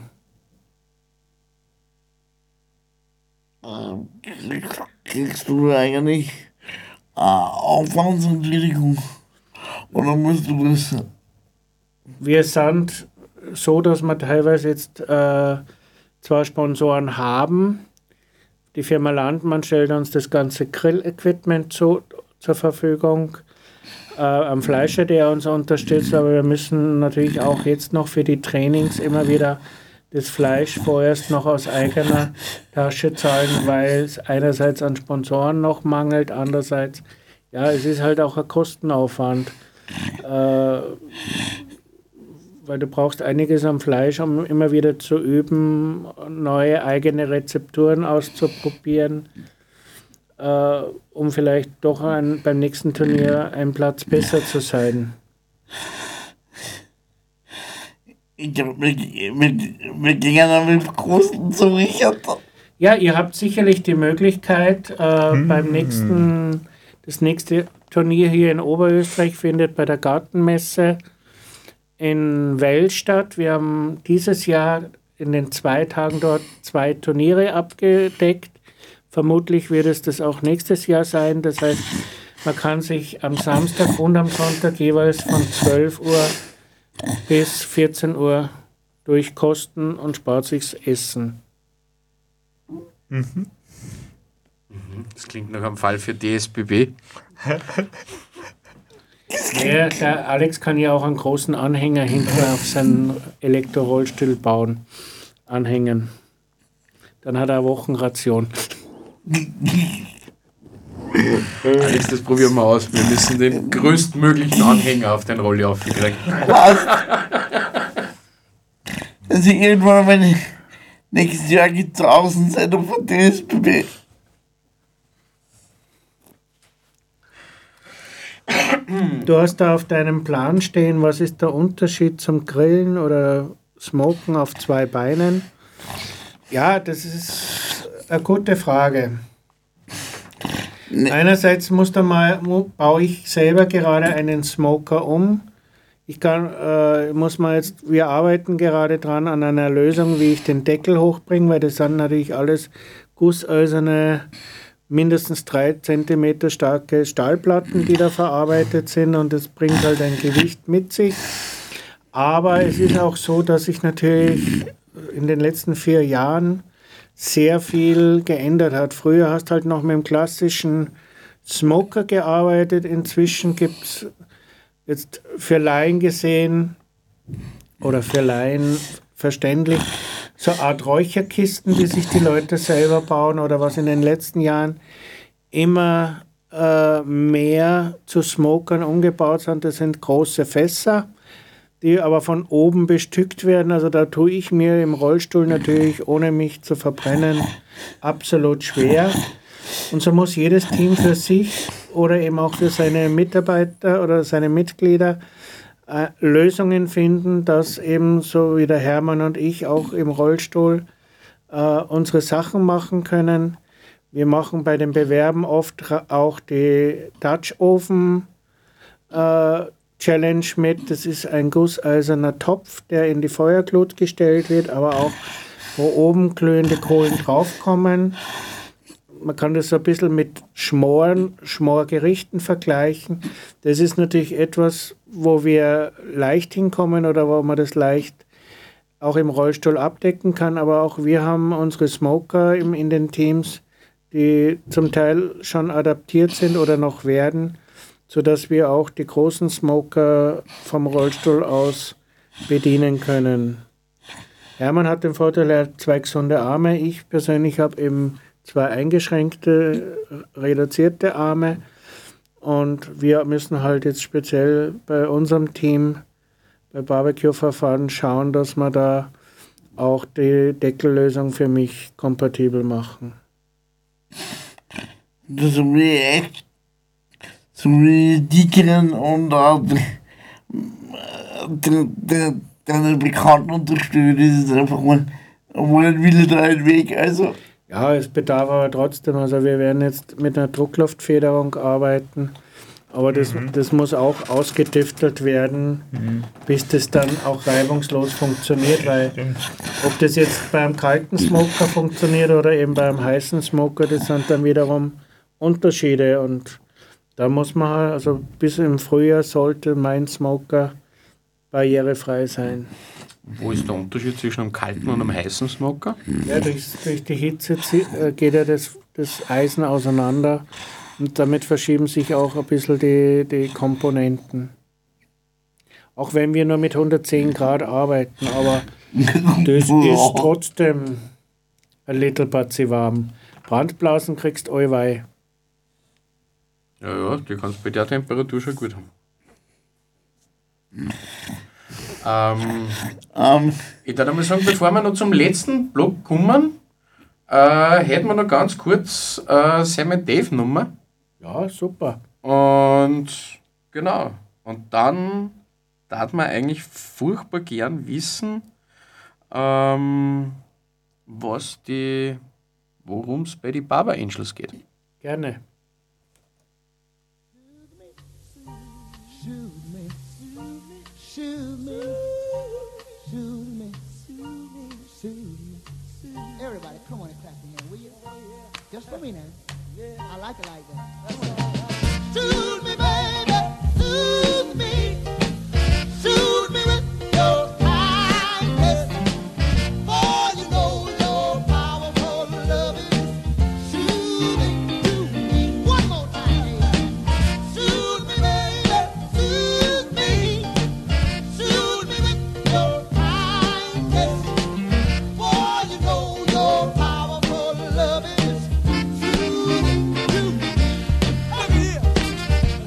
Ähm, kriegst, kriegst du eigentlich äh, Aufwandsentschädigung? Oder musst du das? Wir sind so, dass wir teilweise jetzt äh, zwar Sponsoren haben. Die Firma Landmann stellt uns das ganze Grill-Equipment zu, zur Verfügung. Äh, am Fleischer, der uns unterstützt, aber wir müssen natürlich auch jetzt noch für die Trainings immer wieder das Fleisch vorerst noch aus eigener Tasche zahlen, weil es einerseits an Sponsoren noch mangelt, andererseits, ja, es ist halt auch ein Kostenaufwand. Äh, weil du brauchst einiges am Fleisch, um immer wieder zu üben, neue eigene Rezepturen auszuprobieren, äh, um vielleicht doch ein, beim nächsten Turnier einen Platz besser zu sein. Ich glaube, wir, wir, wir gehen dann mit Großen zu Richard. Ja, ihr habt sicherlich die Möglichkeit, äh, hm. beim nächsten, das nächste Turnier hier in Oberösterreich findet bei der Gartenmesse in Well statt. Wir haben dieses Jahr in den zwei Tagen dort zwei Turniere abgedeckt. Vermutlich wird es das auch nächstes Jahr sein. Das heißt, man kann sich am Samstag und am Sonntag jeweils von zwölf Uhr bis vierzehn Uhr durchkosten und spart sich's Essen. Mhm. Das klingt nach einem Fall für D S B B. Ja, der Alex kann ja auch einen großen Anhänger hinten auf seinen Elektrorollstuhl bauen, anhängen. Dann hat er eine Wochenration. Alex, das probieren wir aus. Wir müssen den größtmöglichen Anhänger auf den Rolli aufkriegen. Also irgendwann, wenn ich nächstes Jahr geht draußen sein von D S B B. Du hast da auf deinem Plan stehen, was ist der Unterschied zum Grillen oder Smoken auf zwei Beinen? Ja, das ist eine gute Frage. Einerseits muss da mal, mu- baue ich selber gerade einen Smoker um. Ich kann, äh, muss mal jetzt, wir arbeiten gerade dran an einer Lösung, wie ich den Deckel hochbringe, weil das sind natürlich alles gusseiserne, mindestens drei Zentimeter starke Stahlplatten, die da verarbeitet sind, und das bringt halt ein Gewicht mit sich. Aber es ist auch so, dass ich natürlich in den letzten vier Jahren sehr viel geändert hat. Früher hast du halt noch mit dem klassischen Smoker gearbeitet. Inzwischen gibt es jetzt für Laien gesehen oder für Laien verständlich so eine Art Räucherkisten, die sich die Leute selber bauen, oder was in den letzten Jahren immer äh, mehr zu Smokern umgebaut sind. Das sind große Fässer, die aber von oben bestückt werden. Also da tue ich mir im Rollstuhl natürlich, ohne mich zu verbrennen, absolut schwer. Und so muss jedes Team für sich oder eben auch für seine Mitarbeiter oder seine Mitglieder äh, Lösungen finden, dass eben so wie der Hermann und ich auch im Rollstuhl äh, unsere Sachen machen können. Wir machen bei den Bewerben oft ra- auch die Dutch-Ofen äh, Challenge mit. Das ist ein gusseiserner Topf, der in die Feuerglut gestellt wird, aber auch wo oben glühende Kohlen draufkommen. Man kann das so ein bisschen mit Schmoren, Schmorgerichten vergleichen. Das ist natürlich etwas, wo wir leicht hinkommen oder wo man das leicht auch im Rollstuhl abdecken kann. Aber auch wir haben unsere Smoker im, in den Teams, die zum Teil schon adaptiert sind oder noch werden, sodass wir auch die großen Smoker vom Rollstuhl aus bedienen können. Hermann hat den Vorteil, er hat zwei gesunde Arme. Ich persönlich habe eben zwei eingeschränkte, reduzierte Arme. Und wir müssen halt jetzt speziell bei unserem Team, bei Barbecue-Verfahren, schauen, dass wir da auch die Deckellösung für mich kompatibel machen. Das ist wie echt so wie dickeren und auch deine Bekannten unterstützen. Das ist einfach mal ein wilder ein Weg. Also. Ja, es bedarf aber trotzdem, also wir werden jetzt mit einer Druckluftfederung arbeiten, aber das, mhm. das muss auch ausgetüftelt werden, mhm. bis das dann auch reibungslos funktioniert, weil ob das jetzt beim kalten Smoker funktioniert oder eben beim heißen Smoker, das sind dann wiederum Unterschiede, und da muss man, halt, also bis im Frühjahr sollte mein Smoker barrierefrei sein. Wo ist der Unterschied zwischen einem kalten und einem heißen Smoker? Ja, durch, durch die Hitze geht ja das, das Eisen auseinander, und damit verschieben sich auch ein bisschen die, die Komponenten. Auch wenn wir nur mit hundertzehn Grad arbeiten, aber das ist trotzdem ein little batzi warm. Brandblasen kriegst du allweil. Ja, ja, die kannst du bei der Temperatur schon gut haben. Ähm, Um. Ich würde mal sagen, bevor wir noch zum letzten Block kommen, äh, hätten wir noch ganz kurz äh, Sam Dave Nummer. Ja, super. Und genau. Und dann darf man eigentlich furchtbar gern wissen, ähm, was die, worum es bei den Barber Angels geht. Gerne. Everybody, come on and clap your hand, will you? Just for me now. I like it like that. Soothe me, baby, soothe me, soothe me with your kindness. For you know your powerful love is soothing to me. One more time. Soothe me, baby, soothe me, soothe me with your kindness. For you know your powerful love is soothing to me. Look here.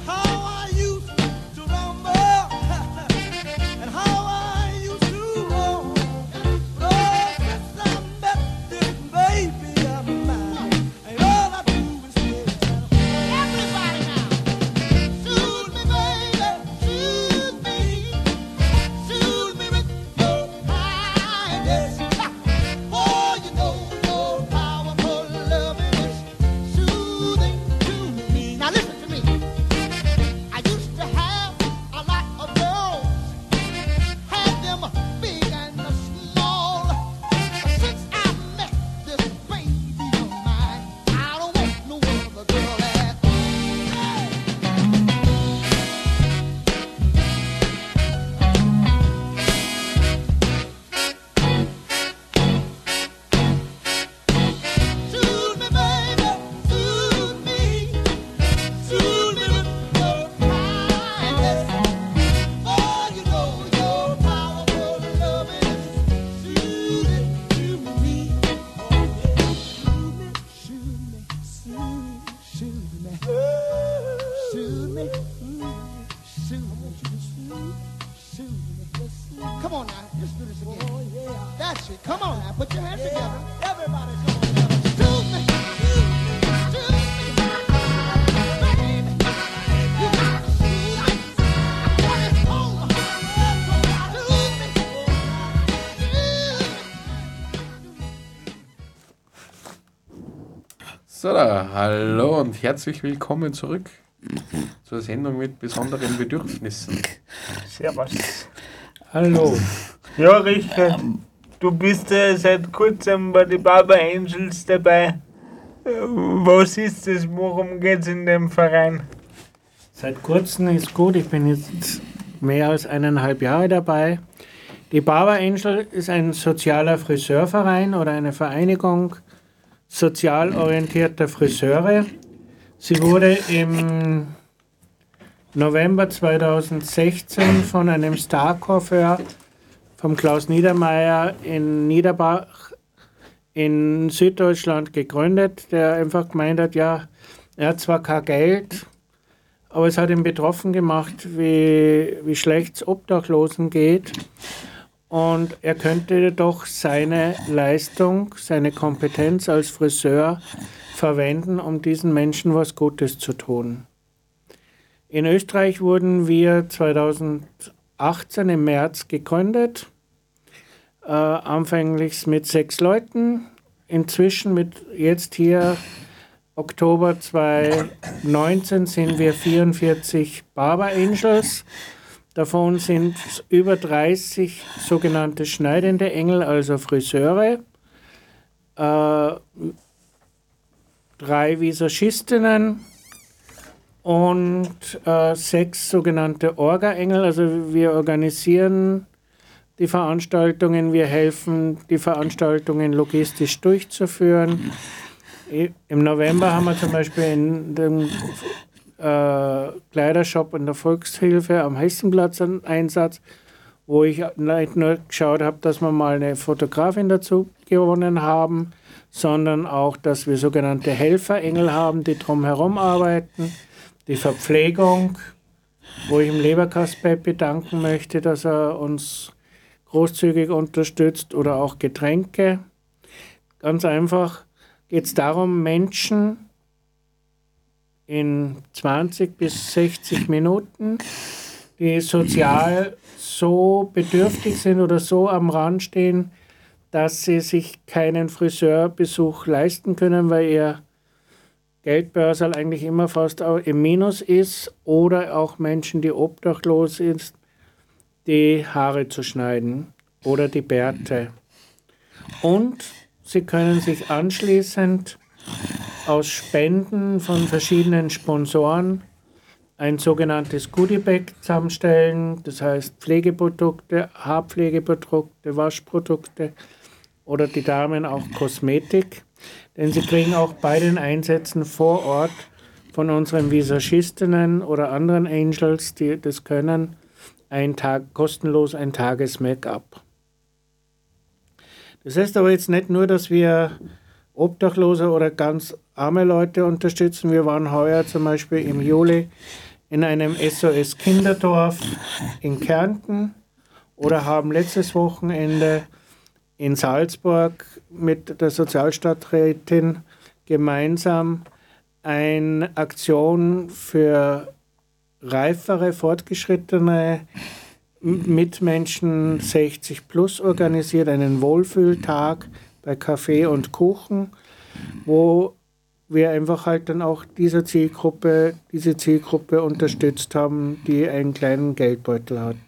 me. Soothe me. Soothe me. Soothe me. Come on now, let's do this again. Oh, yeah. That's it. Come on now, put your hands together. Everybody, come on now. Soothe me. Soothe me. Baby. You got to soothe me. When it's over. Soothe me. So, da, hallo und herzlich willkommen zurück zur Sendung mit besonderen Bedürfnissen. Servus. Hallo. Ja, Richard, du bist äh, seit kurzem bei den Baba Angels dabei. Äh, Was ist das? Worum geht's in dem Verein? Seit kurzem ist gut, ich bin jetzt mehr als eineinhalb Jahre dabei. Die Barber Angel ist ein sozialer Friseurverein oder eine Vereinigung sozial orientierter Friseure. Sie wurde im November zweitausendsechzehn von einem Star-Coiffeur, vom Klaus Niedermeyer in Niederbach in Süddeutschland gegründet, der einfach gemeint hat, ja, er hat zwar kein Geld, aber es hat ihn betroffen gemacht, wie, wie schlecht es Obdachlosen geht. Und er könnte doch seine Leistung, seine Kompetenz als Friseur verwenden, um diesen Menschen was Gutes zu tun. In Österreich wurden wir zweitausendachtzehn im März gegründet, äh, anfänglich mit sechs Leuten, inzwischen mit jetzt hier Oktober zweitausendneunzehn sind wir vierundvierzig Barber Angels. Davon sind über dreißig sogenannte schneidende Engel, also Friseure, äh, drei Visagistinnen und äh, sechs sogenannte Orga-Engel. Also wir organisieren die Veranstaltungen, wir helfen, die Veranstaltungen logistisch durchzuführen. Im November haben wir zum Beispiel in dem Äh, Kleidershop in der Volkshilfe am Hessenplatz einen Einsatz, wo ich nicht nur geschaut habe, dass wir mal eine Fotografin dazu gewonnen haben, sondern auch, dass wir sogenannte Helferengel haben, die drumherum arbeiten, die Verpflegung, wo ich im Leberkasper bedanken möchte, dass er uns großzügig unterstützt, oder auch Getränke. Ganz einfach geht es darum, Menschen in zwanzig bis sechzig Minuten, die sozial so bedürftig sind oder so am Rand stehen, dass sie sich keinen Friseurbesuch leisten können, weil ihr Geldbörsel eigentlich immer fast im Minus ist, oder auch Menschen, die obdachlos sind, die Haare zu schneiden oder die Bärte. Und sie können sich anschließend aus Spenden von verschiedenen Sponsoren ein sogenanntes Goodiebag zusammenstellen, das heißt Pflegeprodukte, Haarpflegeprodukte, Waschprodukte oder die Damen auch Kosmetik, denn sie kriegen auch bei den Einsätzen vor Ort von unseren Visagistinnen oder anderen Angels, die das können, ein Tag kostenlos ein Tages-Make-up. Das heißt aber jetzt nicht nur, dass wir Obdachlose oder ganz arme Leute unterstützen. Wir waren heuer zum Beispiel im Juli in einem S O S Kinderdorf in Kärnten oder haben letztes Wochenende in Salzburg mit der Sozialstadträtin gemeinsam eine Aktion für reifere, fortgeschrittene Mitmenschen sechzig plus organisiert, einen Wohlfühltag bei Kaffee und Kuchen, wo wir einfach halt dann auch diese Zielgruppe, diese Zielgruppe unterstützt haben, die einen kleinen Geldbeutel hat.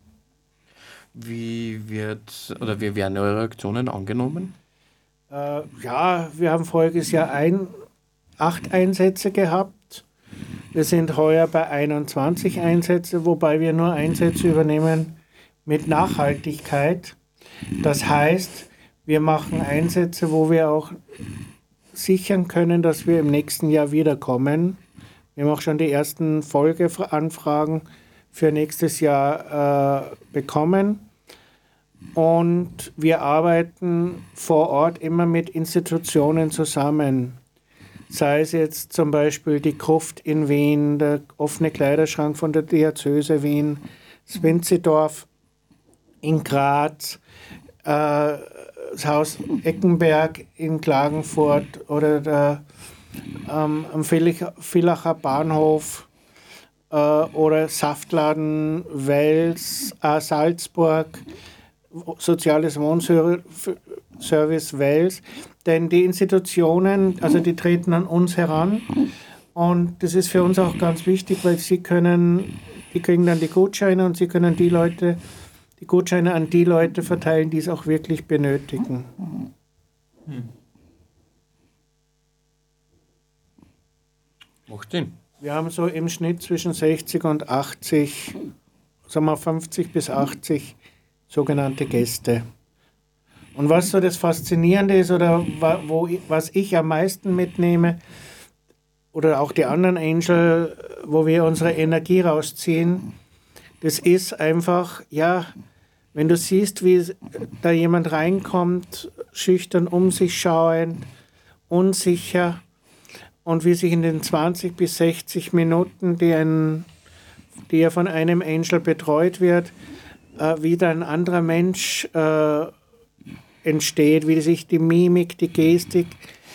Wie wird oder wie werden eure Aktionen angenommen? Äh, ja, wir haben voriges Jahr ein, acht Einsätze gehabt. Wir sind heuer bei einundzwanzig Einsätze, wobei wir nur Einsätze übernehmen mit Nachhaltigkeit. Das heißt, wir machen Einsätze, wo wir auch sichern können, dass wir im nächsten Jahr wiederkommen. Wir haben auch schon die ersten Folgeanfragen für nächstes Jahr äh, bekommen. Und wir arbeiten vor Ort immer mit Institutionen zusammen. sei es jetzt zum Beispiel die Gruft in Wien, der offene Kleiderschrank von der Diözese Wien, das Winzidorf in Graz, äh, das Haus Eckenberg in Klagenfurt oder der, ähm, am Villach, Villacher Bahnhof äh, oder Saftladen Wels, äh, Salzburg, Soziales Wohnservice Wels. Denn die Institutionen, also die treten an uns heran und das ist für uns auch ganz wichtig, weil sie können, die kriegen dann die Gutscheine und sie können die Leute, die Gutscheine an die Leute verteilen, die es auch wirklich benötigen. Hm. Macht Sinn. Wir haben so im Schnitt zwischen sechzig und achtzig, sagen wir fünfzig bis achtzig sogenannte Gäste. Und was so das Faszinierende ist oder wo, was ich am meisten mitnehme oder auch die anderen Angel, wo wir unsere Energie rausziehen, das ist einfach, ja, wenn du siehst, wie da jemand reinkommt, schüchtern um sich schauend, unsicher und wie sich in den zwanzig bis sechzig Minuten, die, ein, die er von einem Angel betreut wird, äh, wieder ein anderer Mensch äh, entsteht, wie sich die Mimik, die Gestik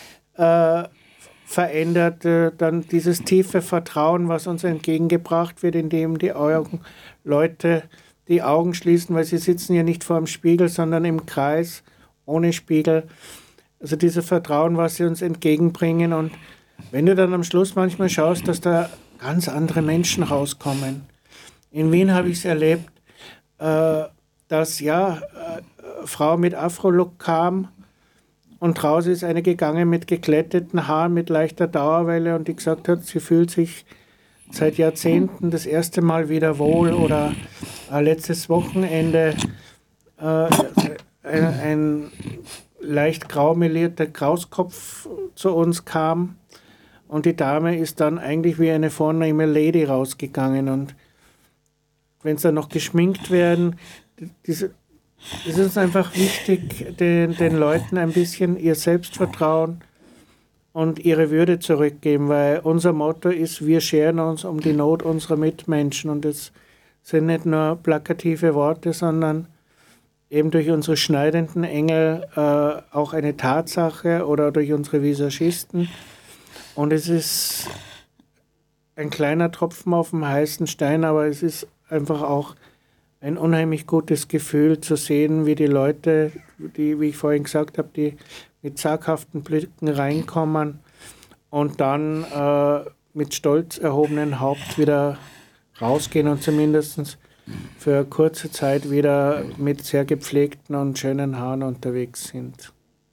äh, verändert, äh, dann dieses tiefe Vertrauen, was uns entgegengebracht wird, indem die Augen, Leute die Augen schließen, weil sie sitzen ja nicht vor dem Spiegel, sondern im Kreis, ohne Spiegel. Also dieses Vertrauen, was sie uns entgegenbringen. Und wenn du dann am Schluss manchmal schaust, dass da ganz andere Menschen rauskommen. In Wien habe ich es erlebt, äh, dass ja, äh, Frau mit Afro-Look kam und draußen ist eine gegangen mit geglätteten Haaren, mit leichter Dauerwelle und die gesagt hat, sie fühlt sich seit Jahrzehnten das erste Mal wieder wohl oder äh, letztes Wochenende äh, ein, ein leicht graumelierter Krauskopf zu uns kam und die Dame ist dann eigentlich wie eine vornehme Lady rausgegangen und wenn es dann noch geschminkt werden, diese es ist einfach wichtig, den, den Leuten ein bisschen ihr Selbstvertrauen und ihre Würde zurückgeben, weil unser Motto ist, wir scheren uns um die Not unserer Mitmenschen und das sind nicht nur plakative Worte, sondern eben durch unsere schneidenden Engel äh, auch eine Tatsache oder durch unsere Visagisten und es ist ein kleiner Tropfen auf dem heißen Stein, aber es ist einfach auch ein unheimlich gutes Gefühl zu sehen, wie die Leute, die, wie ich vorhin gesagt habe, die mit zaghaften Blicken reinkommen und dann äh, mit stolz erhobenen Haupt wieder rausgehen und zumindest für kurze Zeit wieder mit sehr gepflegten und schönen Haaren unterwegs sind.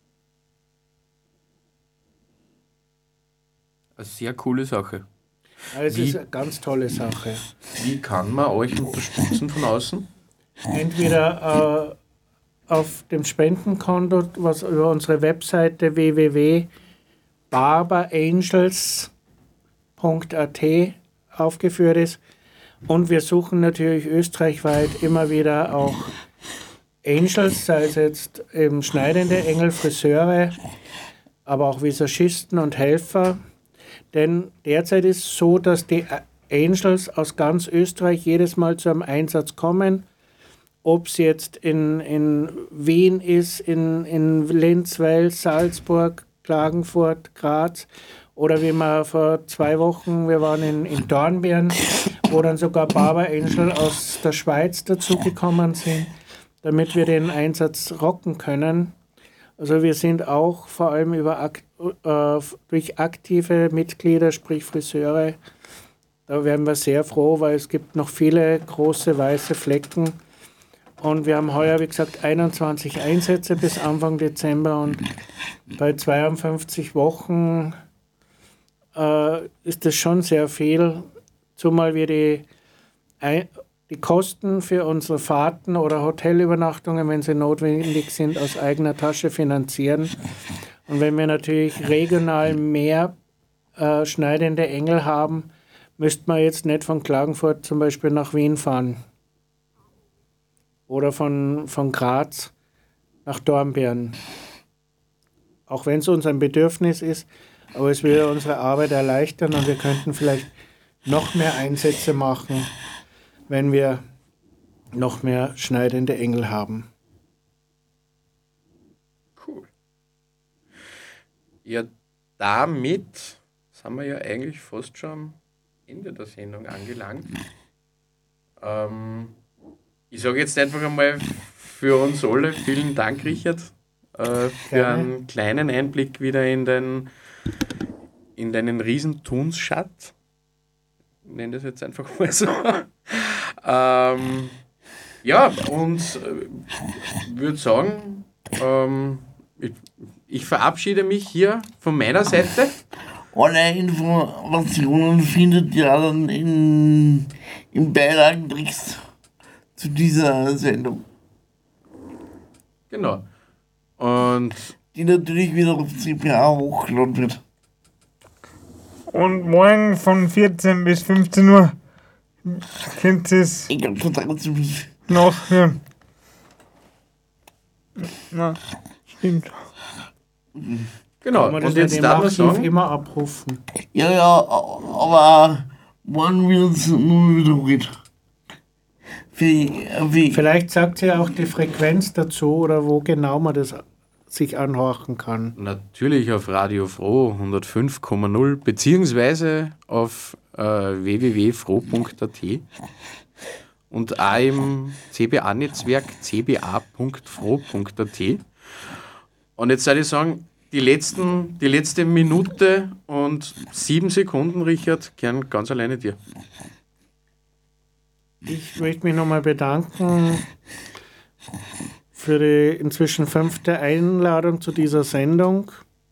Eine sehr coole Sache. Also es ist eine ganz tolle Sache. Wie kann man euch unterstützen von außen? Entweder äh, auf dem Spendenkonto, was über unsere Webseite w w w punkt barberangels punkt a t aufgeführt ist. Und wir suchen natürlich österreichweit immer wieder auch Angels, sei es jetzt eben schneidende Engel, Friseure, aber auch Visagisten und Helfer. Denn derzeit ist es so, dass die Angels aus ganz Österreich jedes Mal zu einem Einsatz kommen. Ob es jetzt in, in Wien ist, in, in Linz, Wels, Salzburg, Klagenfurt, Graz oder wie wir vor zwei Wochen, wir waren in, in Dornbirn, wo dann sogar Barber Angel aus der Schweiz dazugekommen sind, damit wir den Einsatz rocken können. Also wir sind auch vor allem über, äh, durch aktive Mitglieder, sprich Friseure, da wären wir sehr froh, weil es gibt noch viele große weiße Flecken. Und wir haben heuer, wie gesagt, einundzwanzig Einsätze bis Anfang Dezember und bei zweiundfünfzig Wochen äh, ist das schon sehr viel, zumal wir die, die Kosten für unsere Fahrten oder Hotelübernachtungen, wenn sie notwendig sind, aus eigener Tasche finanzieren. Und wenn wir natürlich regional mehr äh, schneidende Engel haben, müsste man jetzt nicht von Klagenfurt zum Beispiel nach Wien fahren. Oder von, von Graz nach Dornbirn. Auch wenn es uns ein Bedürfnis ist. aber es würde unsere Arbeit erleichtern und wir könnten vielleicht noch mehr Einsätze machen, wenn wir noch mehr schneidende Engel haben. Cool. Ja, damit sind wir ja eigentlich fast schon am Ende der Sendung angelangt. Ähm, ich sage jetzt einfach einmal für uns alle vielen Dank, Richard, äh, für Gerne. einen kleinen Einblick wieder in, den, in deinen riesen Tunsschatz. Ich nenne das jetzt einfach mal so. ähm, ja, und äh, würde sagen, ähm, ich, ich verabschiede mich hier von meiner Seite. Alle Informationen findet ihr dann in, im Beilagentext zu dieser Sendung. Genau. Und die natürlich wieder auf C P A hochgeladen wird. Und morgen von vierzehn bis fünfzehn Uhr könnt ihr es nachhören. Na, stimmt. Genau, Kann man das und jetzt nicht im darf man Archiv sagen, immer abrufen. Ja, ja, aber morgen wird es nur wiederholt. Wie, wie Vielleicht sagt sie auch die Frequenz dazu oder wo genau man das sich anhorchen kann. natürlich auf Radio Froh hundertfünf Komma null beziehungsweise auf äh, w w w punkt froh punkt a t und auch im C B A-Netzwerk c b a punkt froh punkt a t. Und jetzt soll ich sagen, die, letzten, die letzte Minute und sieben Sekunden, Richard, gern ganz alleine dir. Ich möchte mich nochmal bedanken für die inzwischen fünfte Einladung zu dieser Sendung.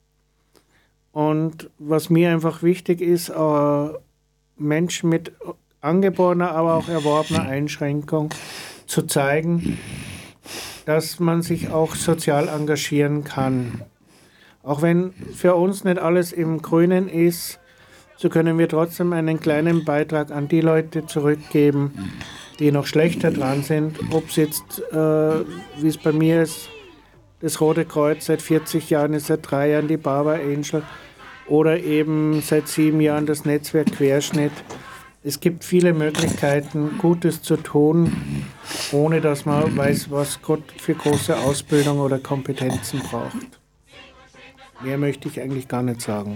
Und was mir einfach wichtig ist, äh, Menschen mit angeborener, aber auch erworbener Einschränkung zu zeigen, dass man sich auch sozial engagieren kann. Auch wenn für uns nicht alles im Grünen ist, so können wir trotzdem einen kleinen Beitrag an die Leute zurückgeben, die noch schlechter dran sind. Ob es jetzt, äh, wie es bei mir ist, das Rote Kreuz seit vierzig Jahren ist, seit drei Jahren die Barber Angel oder eben seit sieben Jahren das Netzwerk Querschnitt. Es gibt viele Möglichkeiten, Gutes zu tun, ohne dass man weiß, was Gott für große Ausbildung oder Kompetenzen braucht. Mehr möchte ich eigentlich gar nicht sagen.